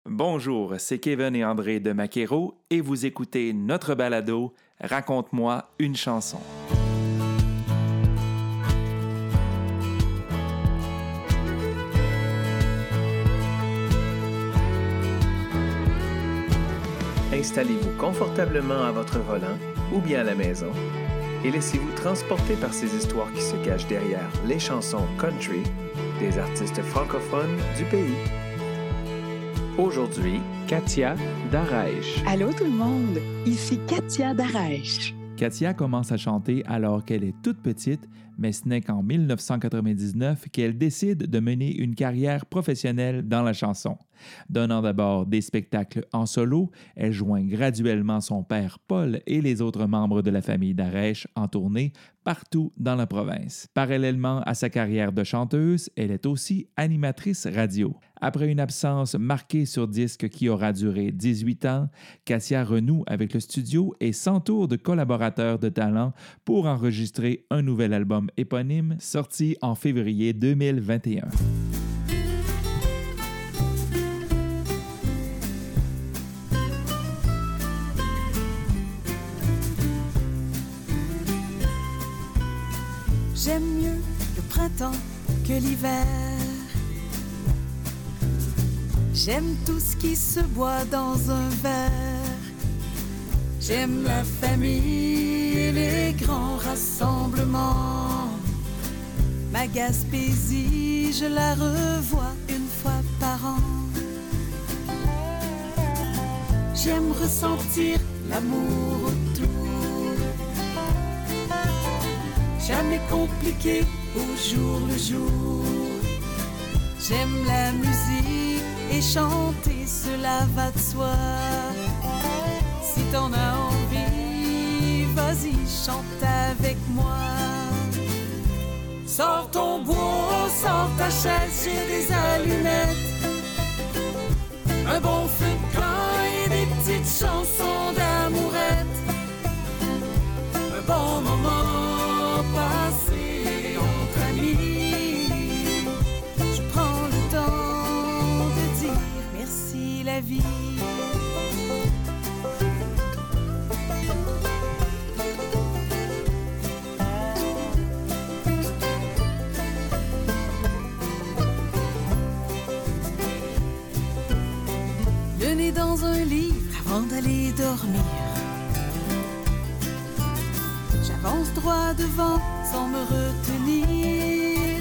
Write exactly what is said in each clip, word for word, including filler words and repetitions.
Bonjour, c'est Kevin et André de Maquero et vous écoutez notre balado « Raconte-moi une chanson ». Installez-vous confortablement à votre volant ou bien à la maison et laissez-vous transporter par ces histoires qui se cachent derrière les chansons country des artistes francophones du pays. Aujourd'hui, Katia Darèche. Allô tout le monde, ici Katia Darèche. Katia commence à chanter alors qu'elle est toute petite, mais ce n'est qu'en dix-neuf cent quatre-vingt-dix-neuf qu'elle décide de mener une carrière professionnelle dans la chanson. Donnant d'abord des spectacles en solo, elle joint graduellement son père Paul et les autres membres de la famille Darèche en tournée partout dans la province. Parallèlement à sa carrière de chanteuse, elle est aussi animatrice radio. Après une absence marquée sur disque qui aura duré dix-huit ans, Katia renoue avec le studio et s'entoure de collaborateurs de talent pour enregistrer un nouvel album éponyme sorti en février deux mille vingt et un. J'aime mieux le printemps que l'hiver. J'aime tout ce qui se boit dans un verre. J'aime la famille et les grands rassemblements. Ma Gaspésie, je la revois une fois par an. J'aime ressentir l'amour autour. Jamais compliqué au jour le jour. J'aime la musique et chanter, cela va de soi. Si t'en as envie, vas-y, chante avec moi. Sors ton bois, sors ta chaise, j'ai des allumettes, un bon feu de camp et des petites chansons d'amourette. Un bon moment passé entre amis. Je prends le temps de dire merci la vie. Le nez dans un livre avant d'aller dormir. J'avance droit devant sans me retenir.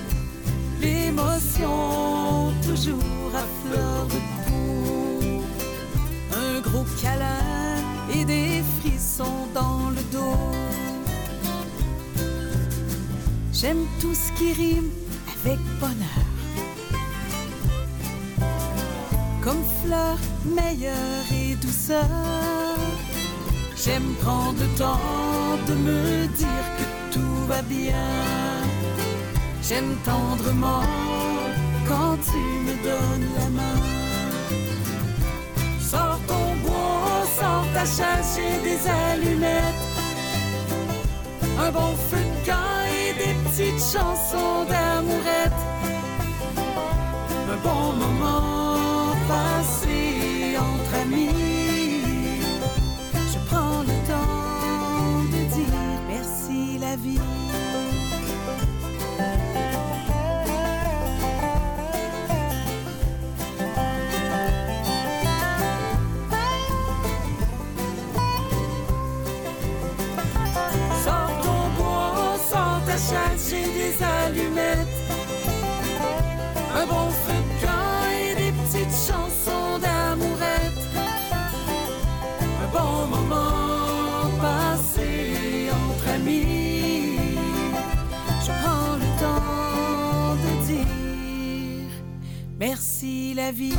L'émotion toujours à fleur de peau. Un gros câlin et des frissons dans le dos. J'aime tout ce qui rime avec bonheur. Comme fleur, meilleure et douceur. J'aime prendre le temps de me dire que tout va bien. J'aime tendrement quand tu me donnes la main. Sors ton bois, sors ta chaise, j'ai des allumettes, un bon feu de camp et des petites chansons d'amourette. Un bon moment passé entre amis. Je prends le temps de dire merci la vie. Sors ton bois, sors ta chaise, j'ai des allumettes, un bon feu de camp et des petites chansons d'amourette. Un bon moment passé entre amis. Je prends le temps de dire merci la vie.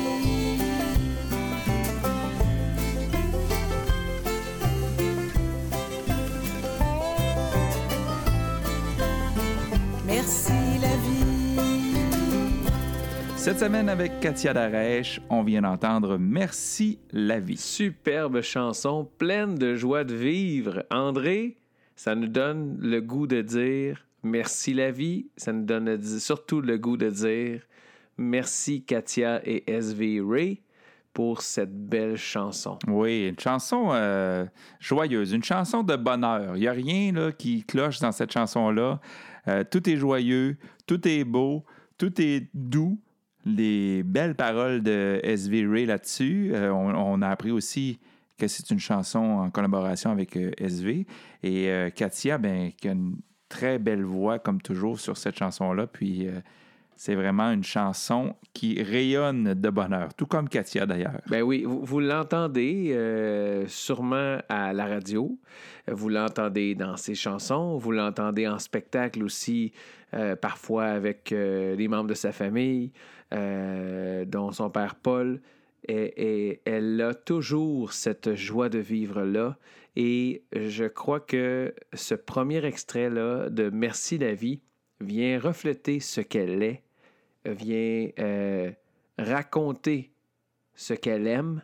Merci la vie. Cette semaine avec Katia Darèche, on vient d'entendre « Merci la vie ». Superbe chanson, pleine de joie de vivre. André, ça nous donne le goût de dire « Merci la vie ». Ça nous donne surtout le goût de dire Merci Katia et S V Ray pour cette belle chanson. Oui, une chanson euh, joyeuse, une chanson de bonheur. Il n'y a rien là, qui cloche dans cette chanson-là. Euh, tout est joyeux, tout est beau, tout est doux. Les belles paroles de S V Ray là-dessus. Euh, on, on a appris aussi que c'est une chanson en collaboration avec euh, S V. Et euh, Katia, ben, qui a une très belle voix, comme toujours, sur cette chanson-là. Puis... Euh, c'est vraiment une chanson qui rayonne de bonheur, tout comme Katia d'ailleurs. Ben oui, vous, vous l'entendez euh, sûrement à la radio, vous l'entendez dans ses chansons, vous l'entendez en spectacle aussi, euh, parfois avec euh, les membres de sa famille, euh, dont son père Paul. Et, et elle a toujours cette joie de vivre-là. Et je crois que ce premier extrait-là de Merci la vie vient refléter ce qu'elle est, vient euh, raconter ce qu'elle aime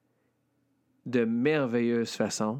de merveilleuse façon.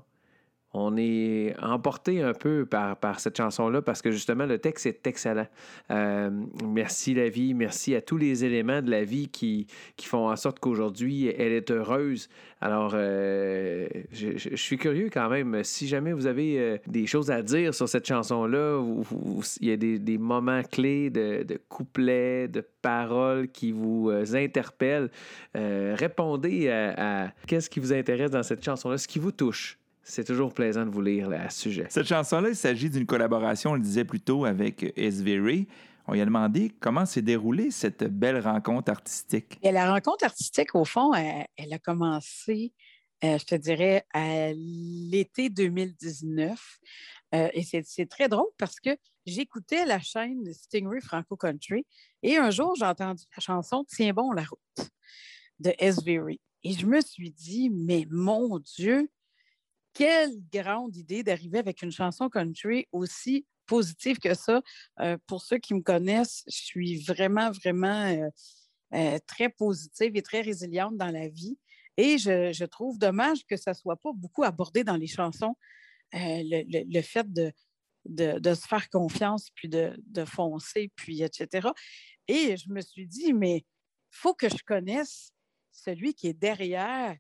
On est emporté un peu par, par cette chanson-là parce que justement, le texte est excellent. Euh, merci la vie, merci à tous les éléments de la vie qui, qui font en sorte qu'aujourd'hui, elle est heureuse. Alors, euh, je, je, je suis curieux quand même. Si jamais vous avez euh, des choses à dire sur cette chanson-là, où, où il y a des, des moments clés de, de couplets, de paroles qui vous euh, interpellent, euh, répondez à, à qu'est-ce qui vous intéresse dans cette chanson-là, ce qui vous touche. C'est toujours plaisant de vous lire là, à ce sujet. Cette chanson-là, il s'agit d'une collaboration, on le disait plus tôt, avec S V Ray. On lui a demandé comment s'est déroulée cette belle rencontre artistique. Et la rencontre artistique, au fond, elle, elle a commencé, euh, je te dirais, à l'été deux mille dix-neuf. Euh, et c'est, c'est très drôle parce que j'écoutais la chaîne Stingray Franco Country et un jour, j'ai entendu la chanson « Tiens bon la route » de S V Ray. Et je me suis dit, mais mon Dieu, quelle grande idée d'arriver avec une chanson country aussi positive que ça. Euh, pour ceux qui me connaissent, je suis vraiment, vraiment euh, euh, très positive et très résiliente dans la vie. Et je, je trouve dommage que ça ne soit pas beaucoup abordé dans les chansons, euh, le, le, le fait de, de, de se faire confiance, puis de, de foncer, puis et cetera. Et je me suis dit, mais il faut que je connaisse celui qui est derrière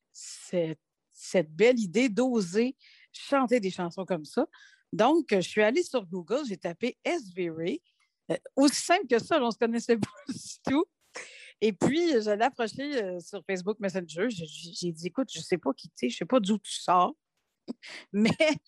cette cette belle idée d'oser chanter des chansons comme ça. Donc, je suis allée sur Google, j'ai tapé S V Ray. Euh, aussi simple que ça, on ne se connaissait pas du tout. Et puis, je l'ai approché euh, sur Facebook Messenger. J'ai, j'ai dit, écoute, je ne sais pas qui tu es, je ne sais pas d'où tu sors, mais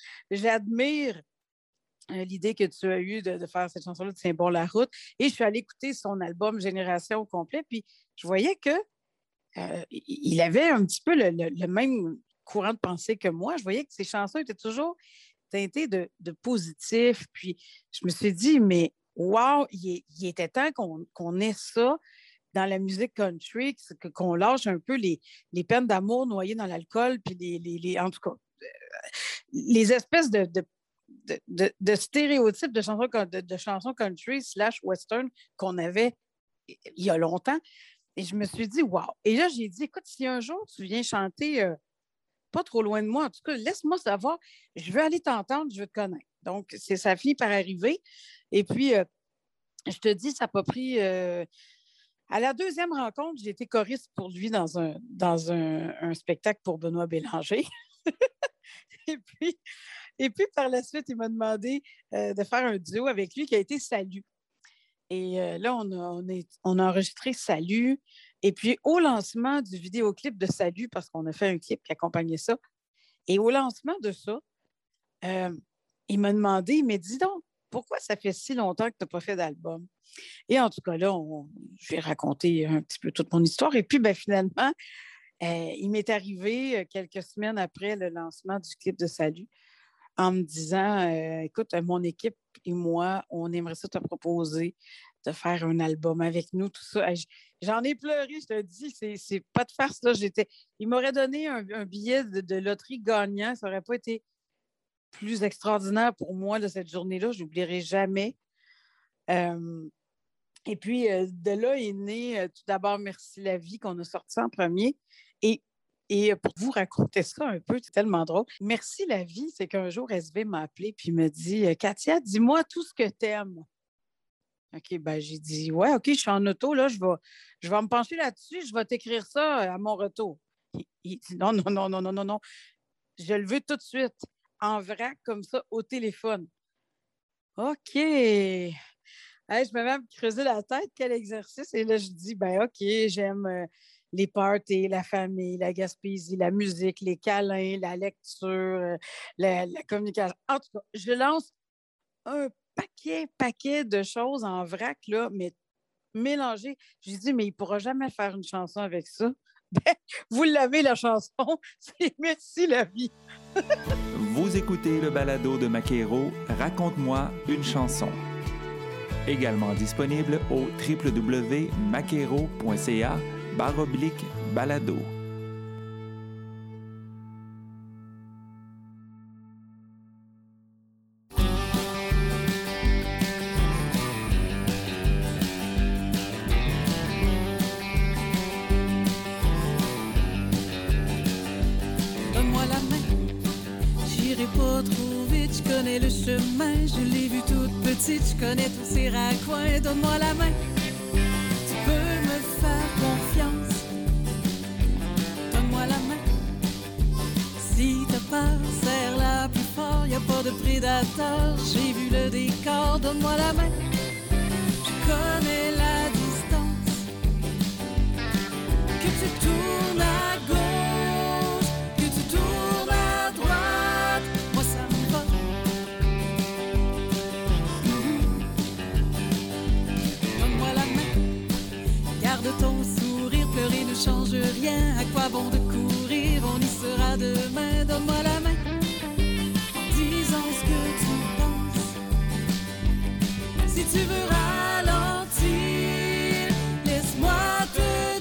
j'admire euh, l'idée que tu as eue de, de faire cette chanson-là de Tiens bon la route. Et je suis allée écouter son album Génération au complet, puis je voyais que euh, il avait un petit peu le, le, le même courant de pensée que moi. Je voyais que ses chansons étaient toujours teintées de, de positif. Puis je me suis dit, mais wow, il, il était temps qu'on, qu'on ait ça dans la musique country, qu'on lâche un peu les, les peines d'amour noyées dans l'alcool, puis les, les, les, en tout cas, les espèces de, de, de, de, de stéréotypes de chansons, de, de chansons country slash western qu'on avait il y a longtemps. Et je me suis dit, wow. Et là, j'ai dit, écoute, si un jour tu viens chanter euh, pas trop loin de moi, en tout cas, laisse-moi savoir, je veux aller t'entendre, je veux te connaître. Donc, c'est, ça finit par arriver. Et puis, euh, je te dis, ça n'a pas pris... Euh, à la deuxième rencontre, j'ai été choriste pour lui dans un, dans un, un spectacle pour Benoît Bélanger. et, puis, et puis, par la suite, il m'a demandé euh, de faire un duo avec lui qui a été Salut. Et euh, là, on a, on, est, on a enregistré Salut. Et puis, au lancement du vidéoclip de Salut, parce qu'on a fait un clip qui accompagnait ça, et au lancement de ça, euh, il m'a demandé, il m'a dit donc, pourquoi ça fait si longtemps que tu n'as pas fait d'album? Et en tout cas, là, on, je vais raconter un petit peu toute mon histoire. Et puis, ben, finalement, euh, il m'est arrivé quelques semaines après le lancement du clip de Salut en me disant, euh, écoute, mon équipe et moi, on aimerait ça te proposer de faire un album avec nous, tout ça. J'en ai pleuré, je te dis, c'est, c'est pas de farce, là. J'étais... Il m'aurait donné un, un billet de, de loterie gagnant, ça n'aurait pas été plus extraordinaire pour moi de cette journée-là, je n'oublierai jamais. Euh, et puis, euh, de là est né euh, tout d'abord Merci la vie qu'on a sorti en premier. Et, et pour vous raconter ça un peu, c'est tellement drôle. Merci la vie, c'est qu'un jour, S V m'a appelé puis me dit « Katia, dis-moi tout ce que t'aimes OK, ben j'ai dit, ouais, OK, je suis en auto, là, je vais, je vais me pencher là-dessus, je vais t'écrire ça à mon retour. Il, il dit, non, non, non, non, non, non, non. Je le veux tout de suite, en vrac, comme ça, au téléphone. OK. Hey, je me mets à me creuser la tête, quel exercice. Et là, je dis, ben OK, j'aime euh, les parties, la famille, la Gaspésie, la musique, les câlins, la lecture, euh, la, la communication. En tout cas, je lance un paquet, paquet de choses en vrac, là, mais mélangées. J'ai dit, mais il ne pourra jamais faire une chanson avec ça. Ben, vous l'avez, la chanson. C'est Merci la vie. Vous écoutez le balado de Maquero, Raconte-moi une chanson. Également disponible au w w w point maquero point c a barre oblique balado. Donne-moi la main, j'irai pas trop vite, je connais le chemin, je l'ai vu toute petite, je connais tous ces raccoins. Donne-moi la main, tu peux me faire confiance. Donne-moi la main, si t'as peur, serre-la plus fort, y a pas de prédateur, j'ai vu le décor. Donne-moi la main, je connais la distance, que tu tournes à gauche, que tu tournes à droite, moi ça me va. Mhm. Donne-moi la main, garde ton sourire, pleurer ne change rien. À quoi bon de courir, on y sera demain. Donne-moi la main, disons ce que tu penses. Si tu veux ralentir, laisse-moi te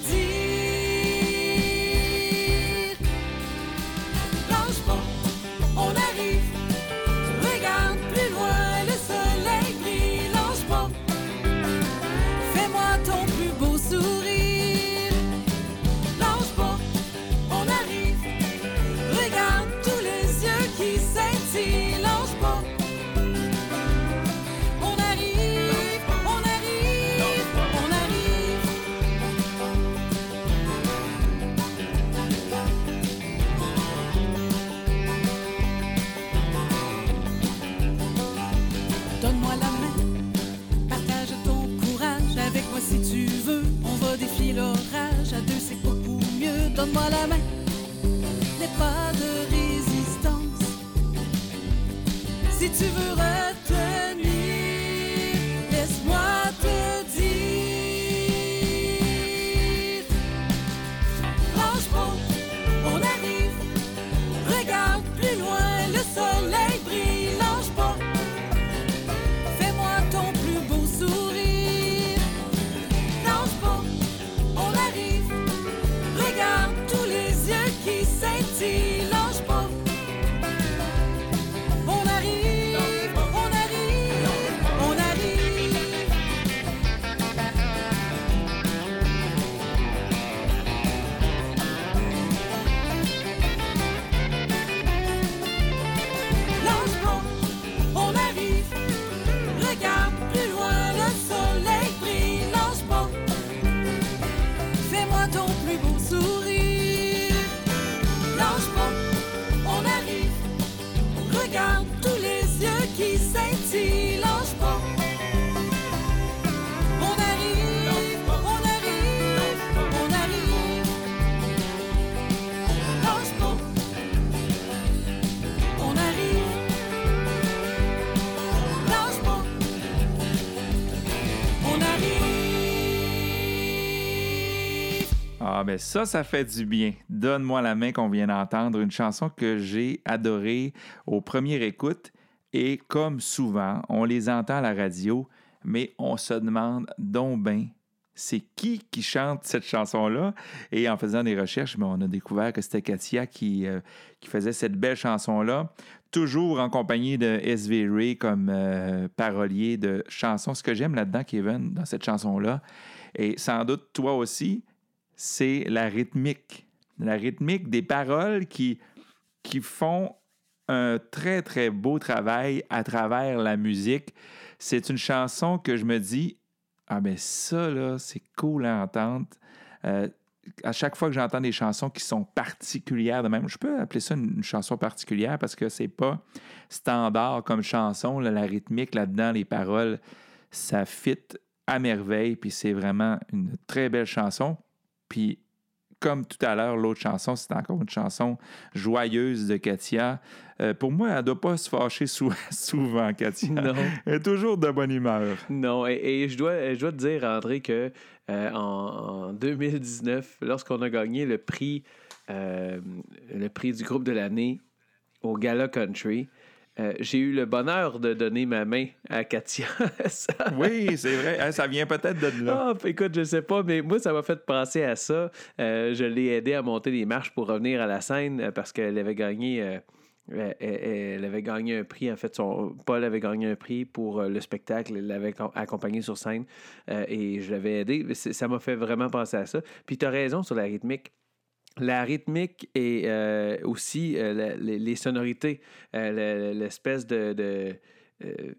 dire. Lâche pas, on arrive. Regarde plus loin, le soleil brille. Lâche pas, fais-moi ton plus beau sourire. Lâche pas, on arrive. Regarde tous les yeux qui scintillent. Lâche pas, on arrive, on arrive, on arrive. Donne-moi la main, partage ton courage avec moi si tu veux. On va défier l'orage, à deux c'est beaucoup mieux. Donne-moi la main, n'aie pas de résistance. Si tu veux retenir, laisse-moi te dire. Lâche pas, on arrive. Regarde plus loin, le soleil brille. Lâche pas, fais-moi ton plus beau sourire. Lâche pas, on arrive. Regarde tous les yeux qui scintillent. Lâche pas, on arrive, on arrive, on arrive. Lâche pas, on arrive. Regarde plus loin, le soleil brille. Lâche pas, fais-moi ton plus beau sourire. Lâche pas, on arrive. Regarde tous les yeux qui scintillent. Lâche pas, on arrive, on arrive, on arrive. Lâche pas, on arrive. Lâche pas, on arrive. Ah, ben ça, ça fait du bien. Donne-moi la main qu'on vient d'entendre, une chanson que j'ai adorée au premier écoute. Et comme souvent, on les entend à la radio, mais on se demande donc ben, c'est qui qui chante cette chanson-là? Et en faisant des recherches, ben, on a découvert que c'était Katia qui, euh, qui faisait cette belle chanson-là, toujours en compagnie de S V Ray comme euh, parolier de chansons. Ce que j'aime là-dedans, Kevin, dans cette chanson-là, et sans doute toi aussi, c'est la rythmique. La rythmique des paroles qui, qui font un très, très beau travail à travers la musique. C'est une chanson que je me dis, ah ben ça, là, c'est cool à entendre. Euh, à chaque fois que j'entends des chansons qui sont particulières de même, je peux appeler ça une, une chanson particulière parce que c'est pas standard comme chanson, là, la rythmique là-dedans, les paroles, ça fit à merveille, puis c'est vraiment une très belle chanson. Puis, comme tout à l'heure, l'autre chanson, c'est encore une chanson joyeuse de Katia. Euh, pour moi, elle ne doit pas se fâcher sou- souvent, Katia. Non. Elle est toujours de bonne humeur. Non, et, et je, dois, je dois te dire, André, que euh, en, en deux mille dix-neuf, lorsqu'on a gagné le prix, euh, le prix du groupe de l'année au Gala Country, Euh, j'ai eu le bonheur de donner ma main à Katia. ça... Oui, c'est vrai. Hein, ça vient peut-être de là. Oh, écoute, je sais pas, mais moi, ça m'a fait penser à ça. Euh, je l'ai aidé à monter les marches pour revenir à la scène parce qu'elle avait gagné... Euh, elle, elle avait gagné un prix. En fait, son, Paul avait gagné un prix pour le spectacle. Elle l'avait accompagné sur scène euh, et je l'avais aidé. Ça m'a fait vraiment penser à ça. Puis tu as raison sur la rythmique. La rythmique et euh, aussi euh, la, les, les sonorités, euh, l'espèce de... de euh,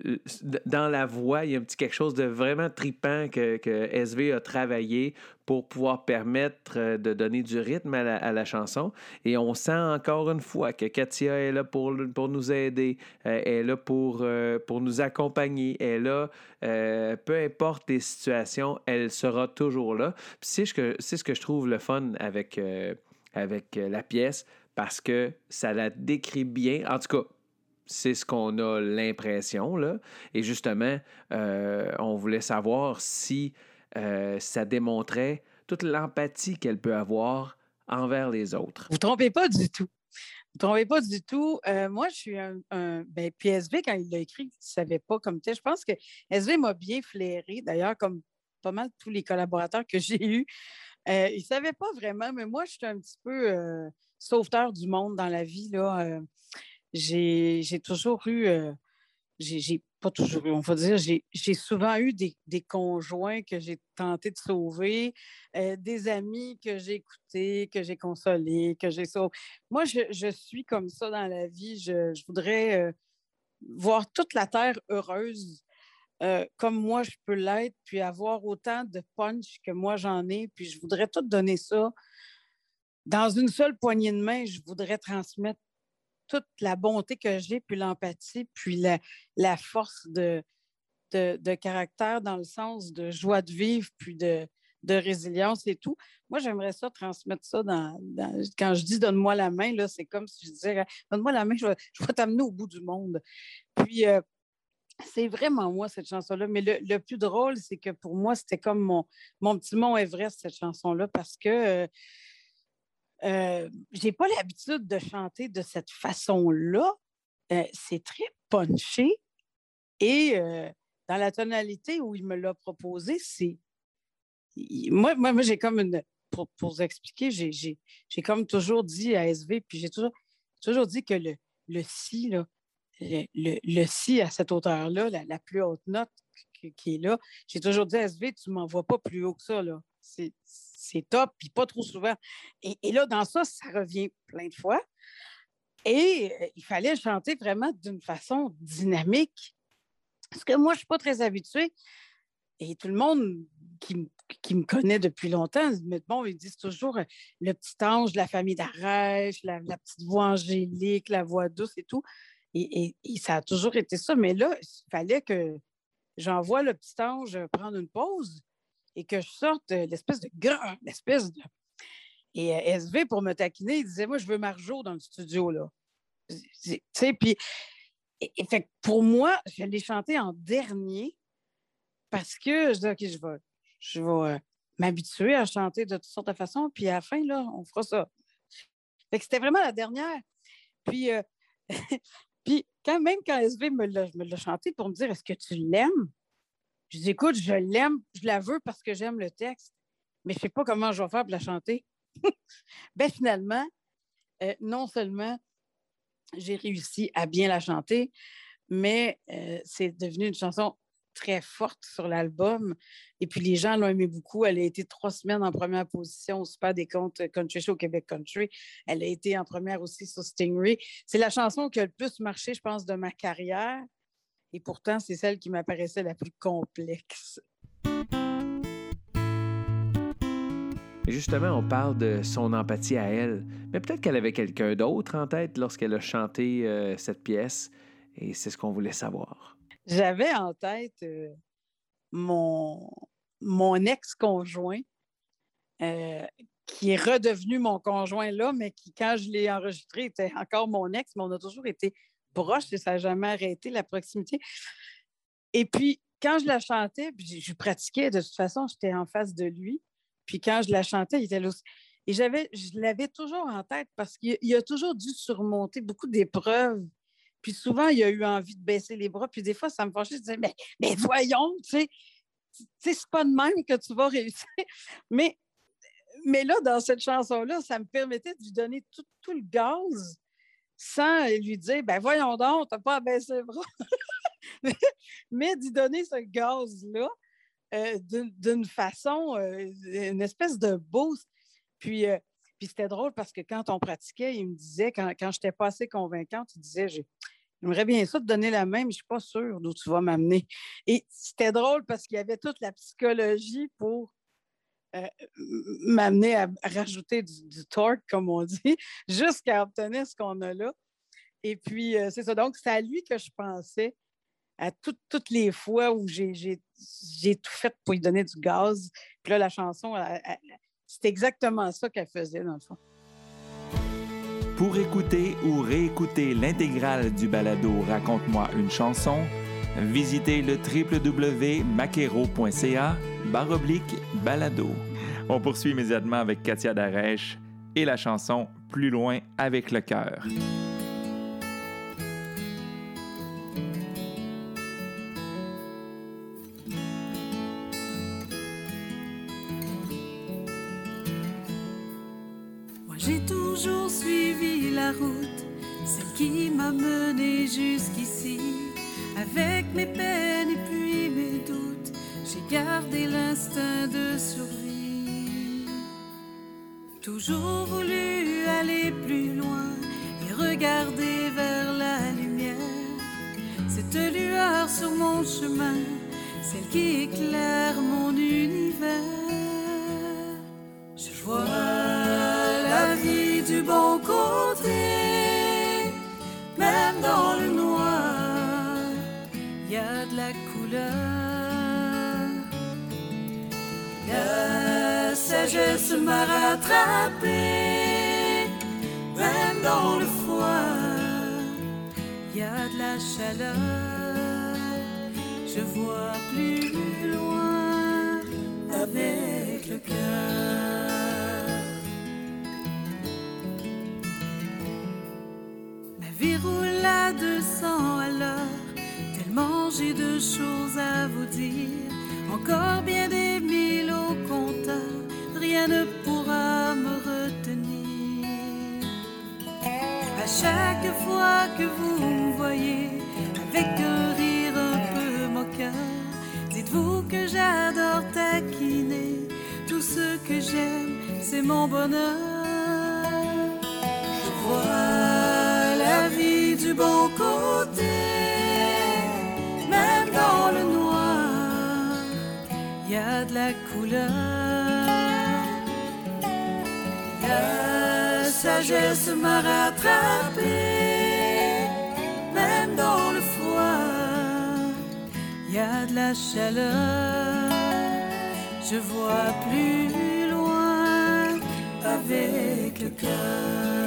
dans la voix, il y a un petit quelque chose de vraiment trippant que, que S V a travaillé pour pouvoir permettre de donner du rythme à la, à la chanson. Et on sent encore une fois que Katia est là pour, pour nous aider, euh, elle est là pour, euh, pour nous accompagner, elle est là, euh, peu importe les situations, elle sera toujours là. Puis c'est ce que, c'est ce que je trouve le fun avec, euh, avec la pièce, parce que ça la décrit bien. En tout cas, c'est ce qu'on a l'impression, là. Et justement, euh, on voulait savoir si euh, ça démontrait toute l'empathie qu'elle peut avoir envers les autres. Vous ne trompez pas du tout. Vous ne trompez pas du tout. Euh, moi, je suis un... un ben, puis S V, quand il l'a écrit, il ne savait pas comme tel. Je pense que S V m'a bien flairé, d'ailleurs, comme pas mal tous les collaborateurs que j'ai eus. Euh, il ne savait pas vraiment, mais moi, je suis un petit peu euh, sauveteur du monde dans la vie, là. Euh, J'ai, j'ai toujours eu, euh, j'ai, j'ai pas toujours eu, on va dire, j'ai, j'ai souvent eu des, des conjoints que j'ai tenté de sauver, euh, des amis que j'ai écoutés, que j'ai consolés, que j'ai sauvé. Moi, je, je suis comme ça dans la vie. Je, je voudrais euh, voir toute la terre heureuse euh, comme moi je peux l'être, puis avoir autant de punch que moi j'en ai, puis je voudrais tout donner ça. Dans une seule poignée de main, je voudrais transmettre toute la bonté que j'ai, puis l'empathie, puis la, la force de, de, de caractère dans le sens de joie de vivre, puis de, de résilience et tout. Moi, j'aimerais ça, transmettre ça dans... dans quand je dis « donne-moi la main », là, c'est comme si je disais « donne-moi la main, je vais, je vais t'amener au bout du monde ». Puis, euh, c'est vraiment moi, cette chanson-là. Mais le, le plus drôle, c'est que pour moi, c'était comme mon, mon petit mont Everest, cette chanson-là, parce que... Euh, Euh, j'ai pas l'habitude de chanter de cette façon-là. Euh, c'est très punché. Et euh, dans la tonalité où il me l'a proposé, c'est... Moi, moi, moi j'ai comme une... Pour, pour vous expliquer, j'ai, j'ai, j'ai comme toujours dit à S V, puis j'ai toujours, toujours dit que le, le si, là, le, le, le si à cette hauteur-là, la, la plus haute note qui, qui est là, j'ai toujours dit à S V, tu ne m'envoies pas plus haut que ça, là. C'est... c'est top, puis pas trop souvent. Et, et là, dans ça, ça revient plein de fois. Et euh, il fallait chanter vraiment d'une façon dynamique. Parce que moi, je ne suis pas très habituée. Et tout le monde qui, qui me connaît depuis longtemps, mais bon, ils disent toujours euh, le petit ange de la famille d'Arèche, la, la petite voix angélique, la voix douce et tout. Et, et, et ça a toujours été ça. Mais là, il fallait que j'envoie le petit ange prendre une pause et que je sorte l'espèce de grand, l'espèce de... Et euh, S V, pour me taquiner, il disait, moi, je veux Marjo dans le studio, là. Tu sais, puis... Et, et fait, pour moi, je l'ai chanté en dernier parce que je dis, OK, je vais, je vais euh, m'habituer à chanter de toutes sortes de façons, puis à la fin, là, on fera ça. Fait que c'était vraiment la dernière. Puis, euh, puis quand même, quand S V me l'a, me l'a chanté pour me dire, est-ce que tu l'aimes? Je dis, écoute, je l'aime, je la veux parce que j'aime le texte, mais je ne sais pas comment je vais faire pour la chanter. Ben finalement, euh, non seulement j'ai réussi à bien la chanter, mais euh, c'est devenu une chanson très forte sur l'album. Et puis, les gens l'ont aimé beaucoup. Elle a été trois semaines en première position au Super des comptes Country Show Québec Country. Elle a été en première aussi sur Stingray. C'est la chanson qui a le plus marché, je pense, de ma carrière. Et pourtant, c'est celle qui m'apparaissait la plus complexe. Et justement, on parle de son empathie à elle. Mais peut-être qu'elle avait quelqu'un d'autre en tête lorsqu'elle a chanté euh, cette pièce. Et c'est ce qu'on voulait savoir. J'avais en tête euh, mon, mon ex-conjoint, euh, qui est redevenu mon conjoint là, mais qui, quand je l'ai enregistré, était encore mon ex, mais on a toujours été proches et ça n'a jamais arrêté la proximité. Et puis, quand je la chantais, puis je pratiquais, de toute façon, j'étais en face de lui. Puis quand je la chantais, il était là aussi. Et j'avais, je l'avais toujours en tête parce qu'il il a toujours dû surmonter beaucoup d'épreuves. Puis souvent, il a eu envie de baisser les bras. Puis des fois, ça me fâchait. Je disais, mais, mais voyons, tu sais, c'est pas de même que tu vas réussir. Mais, mais là, dans cette chanson-là, ça me permettait de lui donner tout, tout le gaz sans lui dire, ben voyons donc, t'as pas à baisser les bras. mais, mais d'y donner ce gaz-là, Euh, d'une, d'une façon, euh, une espèce de boost. Puis, euh, puis c'était drôle parce que quand on pratiquait, il me disait, quand, quand je n'étais pas assez convaincante, il disait, j'aimerais bien ça te donner la main, mais je ne suis pas sûre d'où tu vas m'amener. Et c'était drôle parce qu'il y avait toute la psychologie pour euh, m'amener à, à rajouter du, du torque, comme on dit, jusqu'à obtenir ce qu'on a là. Et puis, euh, c'est ça. Donc, c'est à lui que je pensais à tout, toutes les fois où j'ai, j'ai, j'ai tout fait pour lui donner du gaz. Puis là, la chanson, elle, elle, c'est exactement ça qu'elle faisait, dans le fond. Pour écouter ou réécouter l'intégrale du balado Raconte-moi une chanson, visitez le w w w point makero point c a barre oblique balado. On poursuit immédiatement avec Katia Darèche et la chanson Plus loin avec le cœur. J'ai toujours suivi la route, celle qui m'a mené jusqu'ici. Avec mes peines et puis mes doutes, j'ai gardé l'instinct de survie. Toujours voulu aller plus loin et regarder vers la lumière. Cette lueur sur mon chemin, celle qui éclaire mon univers. Je vois la vie du bon côté, même dans le noir, il y a de la couleur. La sagesse m'a rattrapé, même dans le froid, il y a de la chaleur. Je vois plus loin avec le cœur. Vie roule à deux cents à l'heure, tellement j'ai de choses à vous dire. Encore bien des mille au compteur, rien ne pourra me retenir. À chaque fois que vous me voyez, avec un rire un peu moqueur, dites-vous que j'adore taquiner. Tout ce que j'aime, c'est mon bonheur. Je vois la vie du bon côté, même dans le noir, il y a de la couleur. La sagesse m'a rattrapé, même dans le froid, il y a de la chaleur. Je vois plus loin avec le cœur.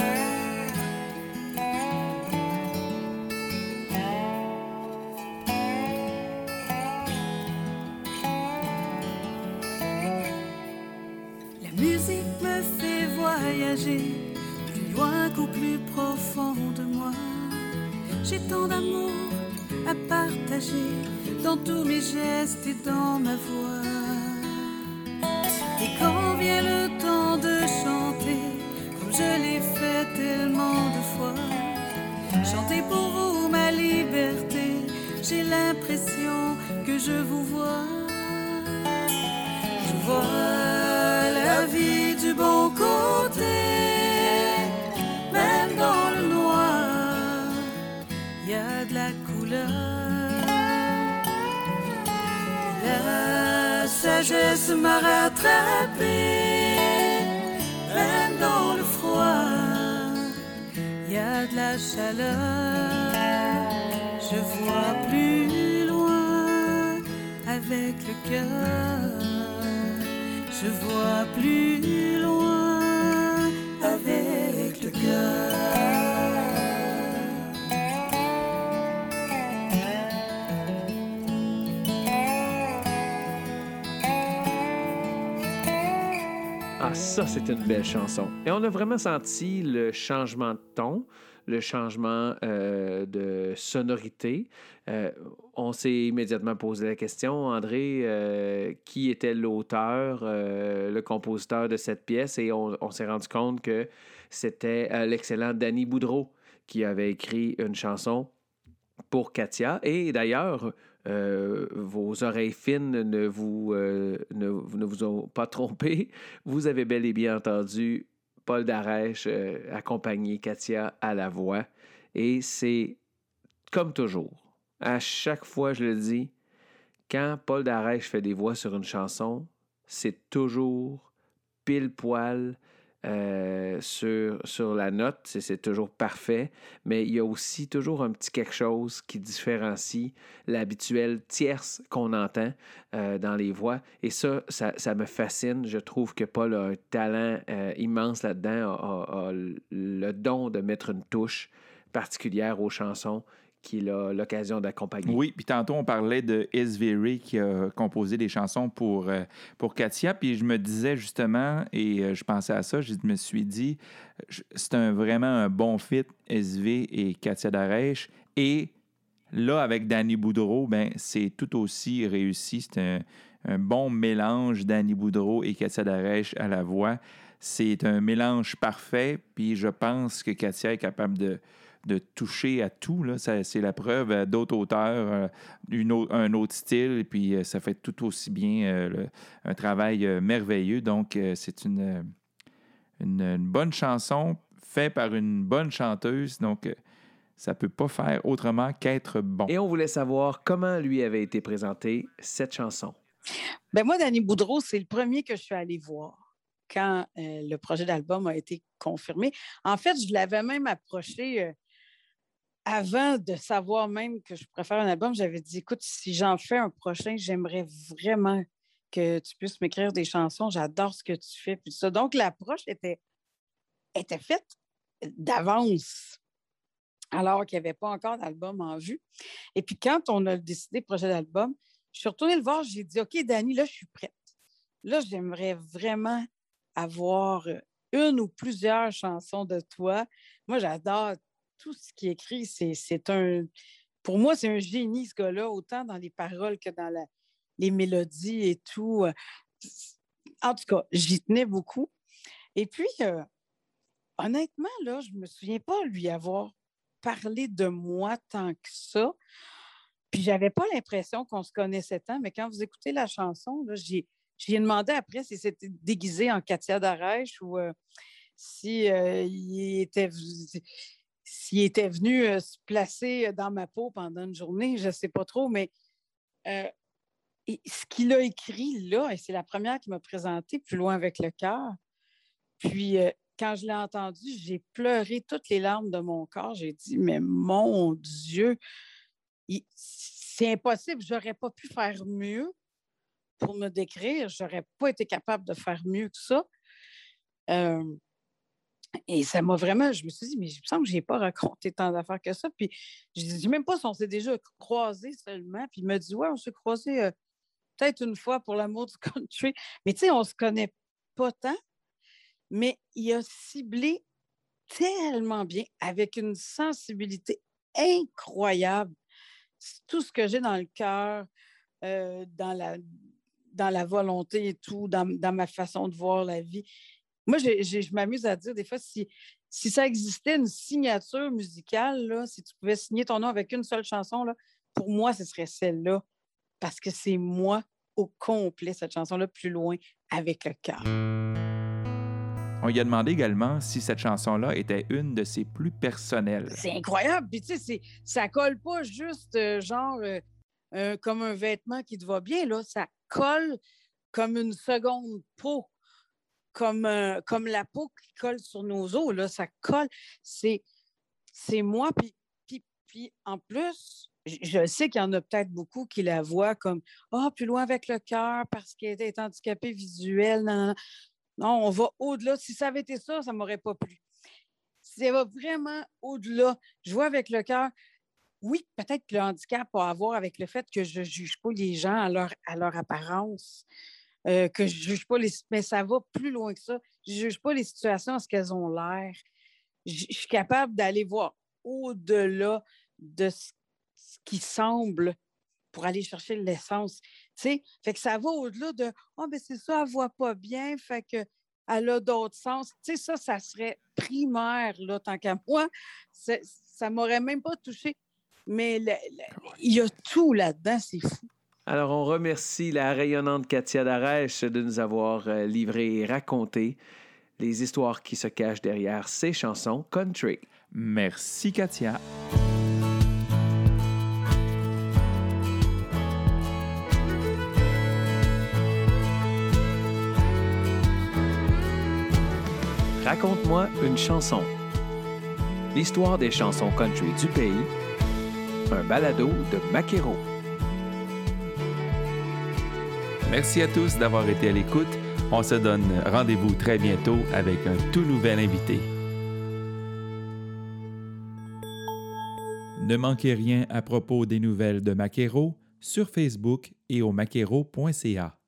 Voyager plus loin qu'au plus profond de moi. J'ai tant d'amour à partager dans tous mes gestes et dans ma voix. Et quand vient le temps de chanter, comme je l'ai fait tellement de fois, chanter pour vous ma liberté, j'ai l'impression que je vois la vie du bon côté, même dans le noir, il y a de la couleur. La sagesse m'a rattrapé, même dans le froid, il y a de la chaleur. Je vois plus loin avec le cœur. Je vois plus loin avec le cœur. Ah, ça, c'est une belle chanson. Et on a vraiment senti le changement de ton, le changement euh, de sonorité. Euh, on s'est immédiatement posé la question, André, euh, qui était l'auteur, euh, le compositeur de cette pièce, et on, on s'est rendu compte que c'était euh, l'excellent Danny Boudreau qui avait écrit une chanson pour Katia. Et d'ailleurs, euh, vos oreilles fines ne vous, euh, ne, ne vous ont pas trompé. Vous avez bel et bien entendu Paul Darèche euh, accompagner Katia à la voix. Et c'est comme toujours. À chaque fois, je le dis, quand Paul Darèche fait des voix sur une chanson, c'est toujours pile poil euh, sur, sur la note. C'est, c'est toujours parfait. Mais il y a aussi toujours un petit quelque chose qui différencie l'habituelle tierce qu'on entend euh, dans les voix. Et ça, ça, ça me fascine. Je trouve que Paul a un talent euh, immense là-dedans, a, a, a le don de mettre une touche particulière aux chansons qu'il a l'occasion d'accompagner. Oui, puis tantôt, on parlait de S V Ray qui a composé des chansons pour, euh, pour Katia, puis je me disais justement, et euh, je pensais à ça, je me suis dit, je, c'est un, vraiment un bon fit, S V et Katia Darèche, et là, avec Danny Boudreau, ben, c'est tout aussi réussi, c'est un, un bon mélange, Danny Boudreau et Katia Darèche à la voix. C'est un mélange parfait, puis je pense que Katia est capable de de toucher à tout. Là. Ça, c'est la preuve à d'autres auteurs, euh, une autre, un autre style, et puis euh, ça fait tout aussi bien euh, le, un travail euh, merveilleux. Donc, euh, c'est une, une, une bonne chanson faite par une bonne chanteuse. Donc, euh, ça ne peut pas faire autrement qu'être bon. Et on voulait savoir comment lui avait été présentée cette chanson. Ben moi, Danny Boudreau, c'est le premier que je suis allée voir quand euh, le projet d'album a été confirmé. En fait, je l'avais même approché... Euh, Avant de savoir même que je préfère un album, j'avais dit, écoute, si j'en fais un prochain, j'aimerais vraiment que tu puisses m'écrire des chansons. J'adore ce que tu fais. Puis ça. Donc, l'approche était, était faite d'avance, alors qu'il n'y avait pas encore d'album en vue. Et puis, quand on a décidé le projet d'album, je suis retournée le voir, j'ai dit, OK, Dani, là, je suis prête. Là, j'aimerais vraiment avoir une ou plusieurs chansons de toi. Moi, j'adore tout ce qu'il écrit, c'est, c'est un... Pour moi, c'est un génie, ce gars-là, autant dans les paroles que dans la, les mélodies et tout. En tout cas, j'y tenais beaucoup. Et puis, euh, honnêtement, là, je ne me souviens pas lui avoir parlé de moi tant que ça. Puis, je n'avais pas l'impression qu'on se connaissait tant, mais quand vous écoutez la chanson, là, j'ai, j'ai demandé après si c'était déguisé en Katia Darèche ou euh, si euh, il était... S'il était venu euh, se placer dans ma peau pendant une journée, je ne sais pas trop, mais euh, ce qu'il a écrit là, et c'est la première qui m'a présenté Plus loin avec le cœur. Puis, euh, quand je l'ai entendu, j'ai pleuré toutes les larmes de mon corps. J'ai dit, mais mon Dieu, il, c'est impossible, je n'aurais pas pu faire mieux pour me décrire. Je n'aurais pas été capable de faire mieux que ça. Euh, Et ça m'a vraiment, je me suis dit, mais il me semble que je n'ai pas raconté tant d'affaires que ça. Puis, je ne dis même pas si on s'est déjà croisés seulement. Puis, il m'a dit, ouais, on s'est croisés euh, peut-être une fois pour l'amour du country. Mais tu sais, on ne se connaît pas tant. Mais il a ciblé tellement bien, avec une sensibilité incroyable. C'est tout ce que j'ai dans le cœur, euh, dans, la, dans la volonté et tout, dans, dans ma façon de voir la vie. Moi, j'ai, j'ai, je m'amuse à dire des fois, si, si ça existait une signature musicale, là, si tu pouvais signer ton nom avec une seule chanson, là, pour moi, ce serait celle-là. Parce que c'est moi au complet, cette chanson-là, plus loin, avec le cœur. On lui a demandé également si cette chanson-là était une de ses plus personnelles. C'est incroyable. Puis, tu sais, ça colle pas juste euh, genre euh, euh, comme un vêtement qui te va bien, là. Ça colle comme une seconde peau, comme, euh, comme la peau qui colle sur nos os, là. Ça colle. C'est, c'est moi. Puis, puis, puis, en plus, je, je sais qu'il y en a peut-être beaucoup qui la voient comme « Ah, oh, plus loin avec le cœur parce qu'elle est handicapée visuelle. » Non, non, non. Non, on va au-delà. Si ça avait été ça, ça ne m'aurait pas plu. Ça va vraiment au-delà. Je vois avec le cœur, oui, peut-être que le handicap a à voir avec le fait que je ne juge pas les gens à leur, à leur apparence, euh, que je ne juge pas les... Mais ça va plus loin que ça. Je ne juge pas les situations à ce qu'elles ont l'air. Je, je suis capable d'aller voir au-delà de ce, ce qui semble pour aller chercher l'essence. Tu sais, fait que ça va au-delà de « Ah, oh, ben c'est ça, elle ne voit pas bien, fait qu'elle a d'autres sens. » Tu sais, ça, ça serait primaire, là, tant qu'à moi. C'est, ça ne m'aurait même pas touché. Mais le, le, il y a tout là-dedans, c'est fou. Alors, on remercie la rayonnante Katia Darèche de nous avoir livré et raconté les histoires qui se cachent derrière ces chansons country. Merci, Katia. Raconte-moi une chanson. L'histoire des chansons country du pays. Un balado de Makero. Merci à tous d'avoir été à l'écoute. On se donne rendez-vous très bientôt avec un tout nouvel invité. Ne manquez rien à propos des nouvelles de Makero sur Facebook et au makero point c a.